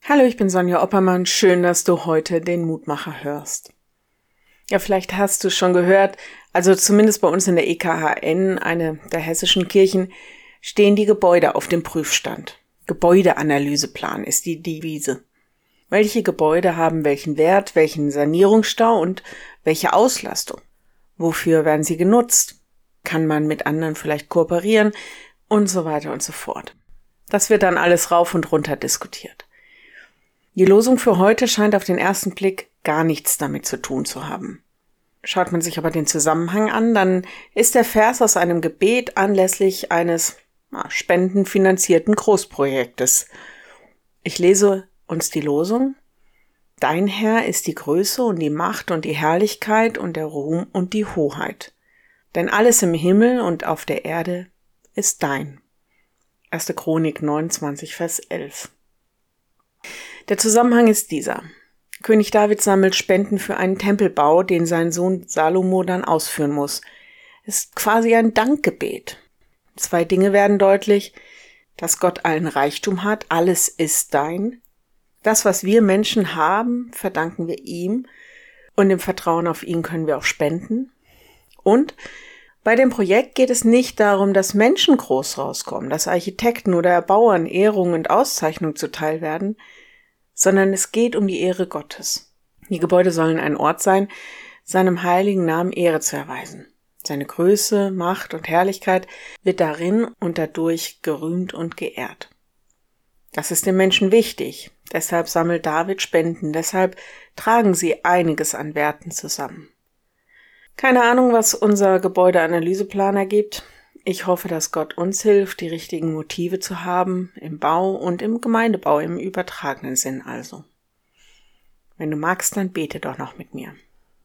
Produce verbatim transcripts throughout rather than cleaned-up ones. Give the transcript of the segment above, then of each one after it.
Hallo, ich bin Sonja Oppermann. Schön, dass du heute den Mutmacher hörst. Ja, vielleicht hast du schon gehört, also zumindest bei uns in der E K H N, eine der hessischen Kirchen, stehen die Gebäude auf dem Prüfstand. Gebäudeanalyseplan ist die Devise. Welche Gebäude haben welchen Wert, welchen Sanierungsstau und welche Auslastung? Wofür werden sie genutzt? Kann man mit anderen vielleicht kooperieren? Und so weiter und so fort. Das wird dann alles rauf und runter diskutiert. Die Losung für heute scheint auf den ersten Blick gar nichts damit zu tun zu haben. Schaut man sich aber den Zusammenhang an, dann ist der Vers aus einem Gebet anlässlich eines na, spendenfinanzierten Großprojektes. Ich lese uns die Losung. Dein Herr ist die Größe und die Macht und die Herrlichkeit und der Ruhm und die Hoheit. Denn alles im Himmel und auf der Erde ist dein. erste Chronik neunundzwanzig, Vers elf. Der Zusammenhang ist dieser. König David sammelt Spenden für einen Tempelbau, den sein Sohn Salomo dann ausführen muss. Es ist quasi ein Dankgebet. Zwei Dinge werden deutlich, dass Gott allen Reichtum hat, alles ist dein. Das, was wir Menschen haben, verdanken wir ihm und im Vertrauen auf ihn können wir auch spenden. Und bei dem Projekt geht es nicht darum, dass Menschen groß rauskommen, dass Architekten oder Erbauern Ehrung und Auszeichnung zuteil werden, sondern es geht um die Ehre Gottes. Die Gebäude sollen ein Ort sein, seinem heiligen Namen Ehre zu erweisen. Seine Größe, Macht und Herrlichkeit wird darin und dadurch gerühmt und geehrt. Das ist den Menschen wichtig, deshalb sammelt David Spenden, deshalb tragen sie einiges an Werten zusammen. Keine Ahnung, was unser Gebäudeanalyseplan ergibt. Ich hoffe, dass Gott uns hilft, die richtigen Motive zu haben, im Bau und im Gemeindebau, im übertragenen Sinn also. Wenn du magst, dann bete doch noch mit mir.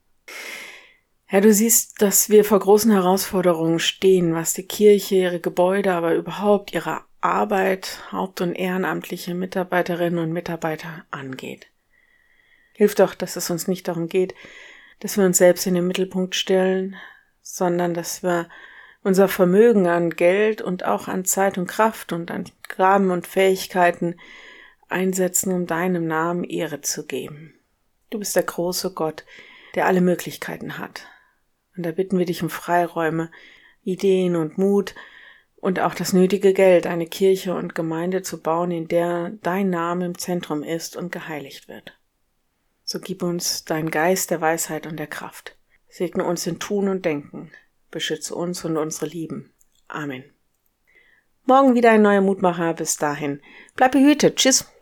Herr, du siehst, dass wir vor großen Herausforderungen stehen, was die Kirche, ihre Gebäude, aber überhaupt ihre Arbeit, haupt- und ehrenamtliche Mitarbeiterinnen und Mitarbeiter angeht. Hilf doch, dass es uns nicht darum geht, dass wir uns selbst in den Mittelpunkt stellen, sondern dass wir unser Vermögen an Geld und auch an Zeit und Kraft und an Gaben und Fähigkeiten einsetzen, um deinem Namen Ehre zu geben. Du bist der große Gott, der alle Möglichkeiten hat. Und da bitten wir dich um Freiräume, Ideen und Mut und auch das nötige Geld, eine Kirche und Gemeinde zu bauen, in der dein Name im Zentrum ist und geheiligt wird. So gib uns deinen Geist der Weisheit und der Kraft. Segne uns in Tun und Denken. Beschütze uns und unsere Lieben. Amen. Morgen wieder ein neuer Mutmacher. Bis dahin. Bleib behütet. Tschüss.